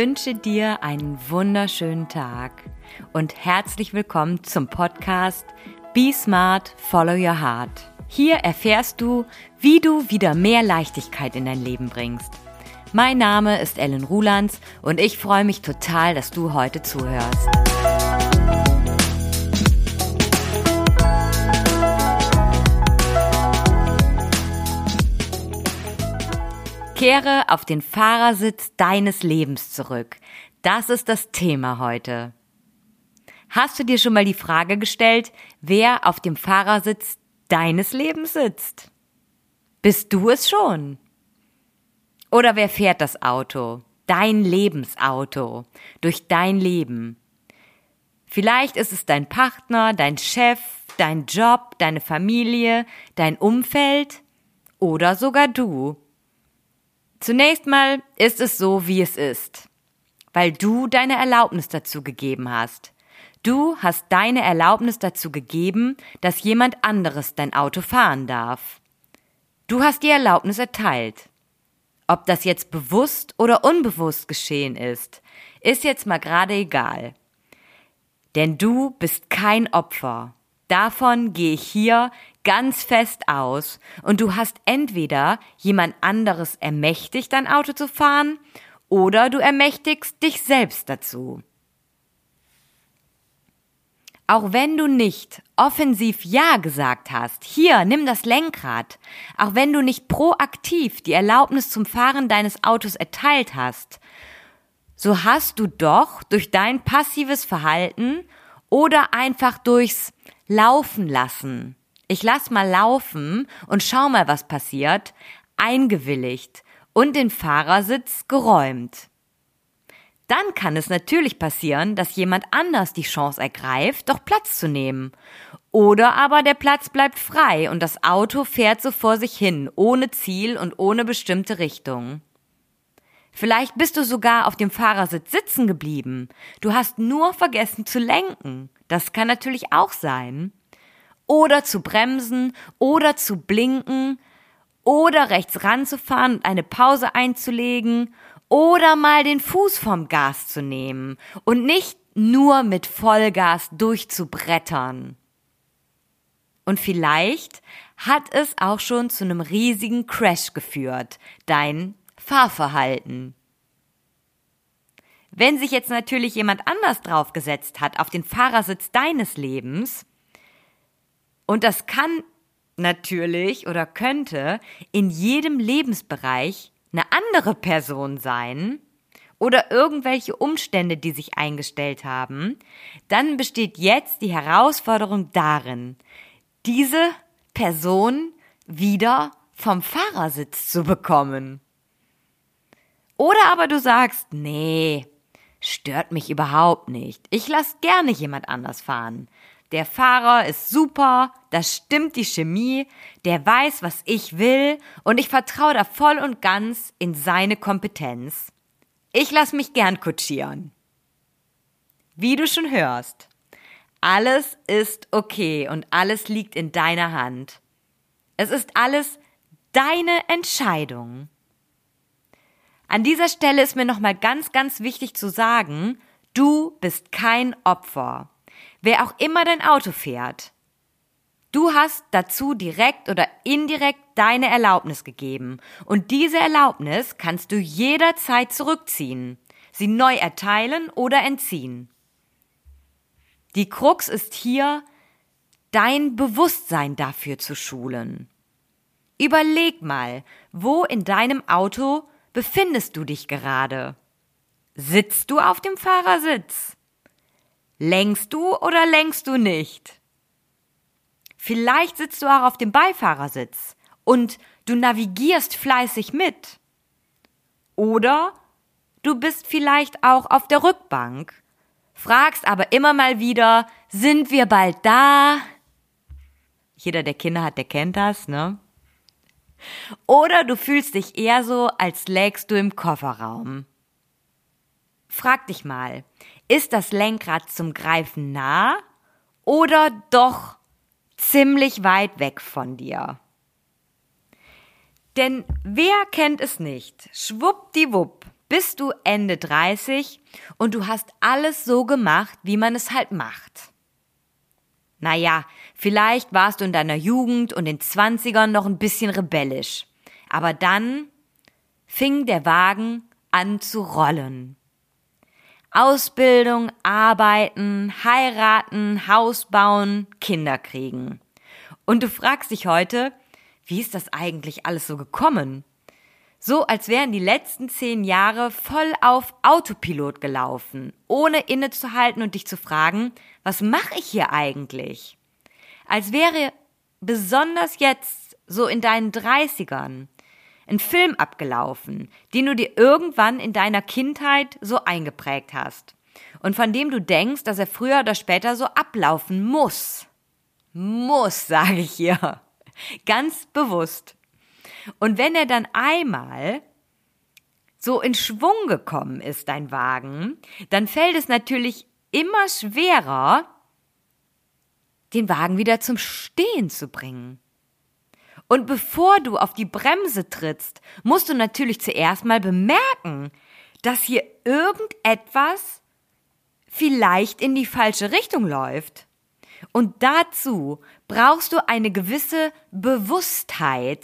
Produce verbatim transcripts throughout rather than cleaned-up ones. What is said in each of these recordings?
wünsche dir einen wunderschönen Tag und herzlich willkommen zum Podcast Be Smart, Follow Your Heart. Hier erfährst du, wie du wieder mehr Leichtigkeit in dein Leben bringst. Mein Name ist Ellen Rulands und ich freue mich total, dass du heute zuhörst. Kehre auf den Fahrersitz deines Lebens zurück. Das ist das Thema heute. Hast du dir schon mal die Frage gestellt, wer auf dem Fahrersitz deines Lebens sitzt? Bist du es schon? Oder wer fährt das Auto? Dein Lebensauto, durch dein Leben. Vielleicht ist es dein Partner, dein Chef, dein Job, deine Familie, dein Umfeld oder sogar du. Zunächst mal ist es so, wie es ist, weil du deine Erlaubnis dazu gegeben hast. Du hast deine Erlaubnis dazu gegeben, dass jemand anderes dein Auto fahren darf. Du hast die Erlaubnis erteilt. Ob das jetzt bewusst oder unbewusst geschehen ist, ist jetzt mal gerade egal. Denn du bist kein Opfer. Davon gehe ich hier ganz fest aus und du hast entweder jemand anderes ermächtigt, dein Auto zu fahren oder du ermächtigst dich selbst dazu. Auch wenn du nicht offensiv Ja gesagt hast, hier, nimm das Lenkrad, auch wenn du nicht proaktiv die Erlaubnis zum Fahren deines Autos erteilt hast, so hast du doch durch dein passives Verhalten oder einfach durchs Laufen lassen, ich lass mal laufen und schau mal, was passiert, eingewilligt und den Fahrersitz geräumt. Dann kann es natürlich passieren, dass jemand anders die Chance ergreift, doch Platz zu nehmen. Oder aber der Platz bleibt frei und das Auto fährt so vor sich hin, ohne Ziel und ohne bestimmte Richtung. Vielleicht bist du sogar auf dem Fahrersitz sitzen geblieben. Du hast nur vergessen zu lenken. Das kann natürlich auch sein. Oder zu bremsen oder zu blinken oder rechts ranzufahren und eine Pause einzulegen oder mal den Fuß vom Gas zu nehmen und nicht nur mit Vollgas durchzubrettern. Und vielleicht hat es auch schon zu einem riesigen Crash geführt, dein Fahrverhalten. Wenn sich jetzt natürlich jemand anders draufgesetzt hat auf den Fahrersitz deines Lebens, und das kann natürlich oder könnte in jedem Lebensbereich eine andere Person sein oder irgendwelche Umstände, die sich eingestellt haben, dann besteht jetzt die Herausforderung darin, diese Person wieder vom Fahrersitz zu bekommen. Oder aber du sagst, nee, stört mich überhaupt nicht. Ich lasse gerne jemand anders fahren. Der Fahrer ist super, das stimmt die Chemie, der weiß, was ich will und ich vertraue da voll und ganz in seine Kompetenz. Ich lasse mich gern kutschieren. Wie du schon hörst, alles ist okay und alles liegt in deiner Hand. Es ist alles deine Entscheidung. An dieser Stelle ist mir nochmal ganz, ganz wichtig zu sagen, du bist kein Opfer. Wer auch immer dein Auto fährt, du hast dazu direkt oder indirekt deine Erlaubnis gegeben und diese Erlaubnis kannst du jederzeit zurückziehen, sie neu erteilen oder entziehen. Die Krux ist hier, dein Bewusstsein dafür zu schulen. Überleg mal, wo in deinem Auto befindest du dich gerade? Sitzt du auf dem Fahrersitz? Lenkst du oder lenkst du nicht? Vielleicht sitzt du auch auf dem Beifahrersitz und du navigierst fleißig mit. Oder du bist vielleicht auch auf der Rückbank, fragst aber immer mal wieder, sind wir bald da? Jeder, der Kinder hat, der kennt das, ne? Oder du fühlst dich eher so, als lägst du im Kofferraum. Frag dich mal, ist das Lenkrad zum Greifen nah oder doch ziemlich weit weg von dir? Denn wer kennt es nicht? Schwuppdiwupp bist du Ende dreißig und du hast alles so gemacht, wie man es halt macht. Naja, vielleicht warst du in deiner Jugend und in den Zwanzigern noch ein bisschen rebellisch. Aber dann fing der Wagen an zu rollen. Ausbildung, arbeiten, heiraten, Haus bauen, Kinder kriegen. Und du fragst dich heute, wie ist das eigentlich alles so gekommen? So, als wären die letzten zehn Jahre voll auf Autopilot gelaufen, ohne innezuhalten und dich zu fragen, was mache ich hier eigentlich? Als wäre besonders jetzt, so in deinen dreißigern, ein Film abgelaufen, den du dir irgendwann in deiner Kindheit so eingeprägt hast und von dem du denkst, dass er früher oder später so ablaufen muss. Muss, sage ich hier. Ganz bewusst. Und wenn er dann einmal so in Schwung gekommen ist, dein Wagen, dann fällt es natürlich immer schwerer, den Wagen wieder zum Stehen zu bringen. Und bevor du auf die Bremse trittst, musst du natürlich zuerst mal bemerken, dass hier irgendetwas vielleicht in die falsche Richtung läuft. Und dazu brauchst du eine gewisse Bewusstheit.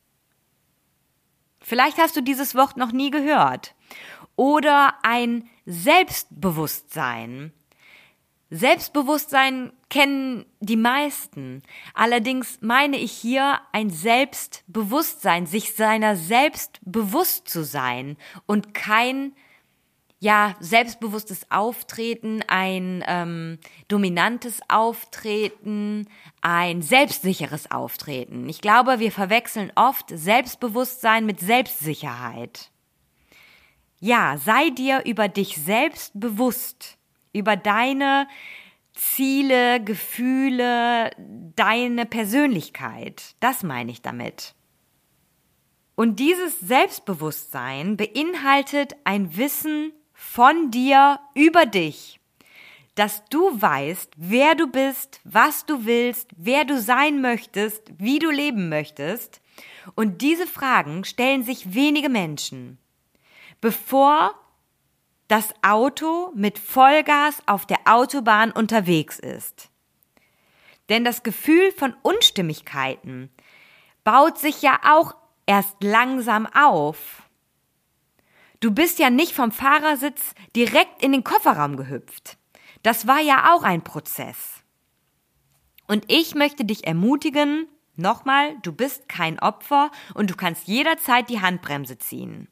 Vielleicht hast du dieses Wort noch nie gehört. Oder ein Selbstbewusstsein. Selbstbewusstsein kennen die meisten. Allerdings meine ich hier ein Selbstbewusstsein, sich seiner selbst bewusst zu sein und kein ja selbstbewusstes Auftreten, ein ähm, dominantes Auftreten, ein selbstsicheres Auftreten. Ich glaube, wir verwechseln oft Selbstbewusstsein mit Selbstsicherheit. Ja, sei dir über dich selbst bewusst, über deine Ziele, Gefühle, deine Persönlichkeit. Das meine ich damit. Und dieses Selbstbewusstsein beinhaltet ein Wissen von dir über dich, dass du weißt, wer du bist, was du willst, wer du sein möchtest, wie du leben möchtest. Und diese Fragen stellen sich wenige Menschen, bevor das Auto mit Vollgas auf der Autobahn unterwegs ist. Denn das Gefühl von Unstimmigkeiten baut sich ja auch erst langsam auf. Du bist ja nicht vom Fahrersitz direkt in den Kofferraum gehüpft. Das war ja auch ein Prozess. Und ich möchte dich ermutigen, nochmal, du bist kein Opfer und du kannst jederzeit die Handbremse ziehen.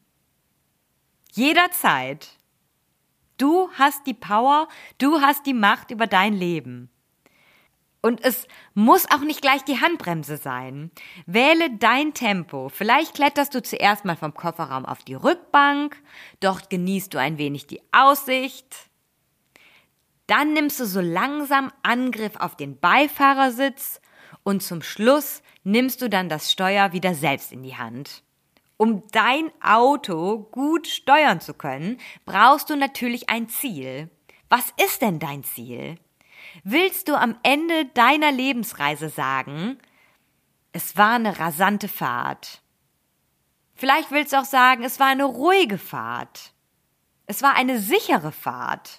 Jederzeit. Du hast die Power, du hast die Macht über dein Leben. Und es muss auch nicht gleich die Handbremse sein. Wähle dein Tempo. Vielleicht kletterst du zuerst mal vom Kofferraum auf die Rückbank. Dort genießt du ein wenig die Aussicht. Dann nimmst du so langsam Angriff auf den Beifahrersitz. Und zum Schluss nimmst du dann das Steuer wieder selbst in die Hand. Um dein Auto gut steuern zu können, brauchst du natürlich ein Ziel. Was ist denn dein Ziel? Willst du am Ende deiner Lebensreise sagen, es war eine rasante Fahrt? Vielleicht willst du auch sagen, es war eine ruhige Fahrt. Es war eine sichere Fahrt.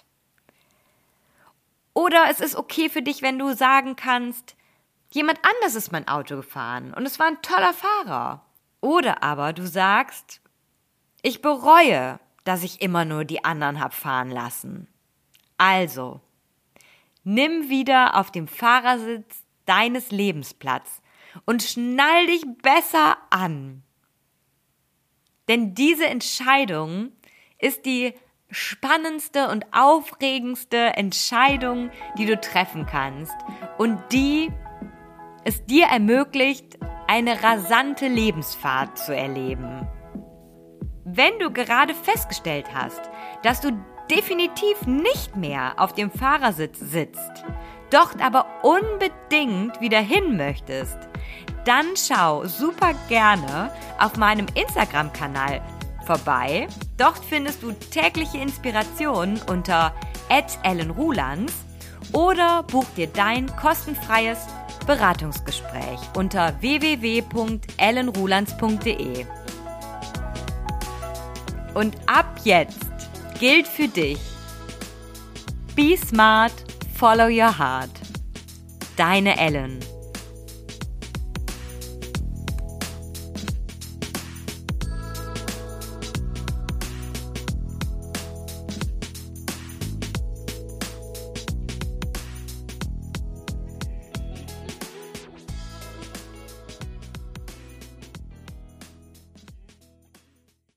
Oder es ist okay für dich, wenn du sagen kannst, jemand anders ist mein Auto gefahren und es war ein toller Fahrer. Oder aber du sagst, ich bereue, dass ich immer nur die anderen hab fahren lassen. Also, nimm wieder auf dem Fahrersitz deines Lebens Platz und schnall dich besser an. Denn diese Entscheidung ist die spannendste und aufregendste Entscheidung, die du treffen kannst und die es dir ermöglicht, eine rasante Lebensfahrt zu erleben. Wenn du gerade festgestellt hast, dass du definitiv nicht mehr auf dem Fahrersitz sitzt, dort aber unbedingt wieder hin möchtest, dann schau super gerne auf meinem Instagram-Kanal vorbei. Dort findest du tägliche Inspirationen unter at ellen rulands oder buch dir dein kostenfreies Beratungsgespräch unter w w w punkt ellen rulands punkt d e. Und ab jetzt gilt für dich: Be smart, follow your heart. Deine Ellen.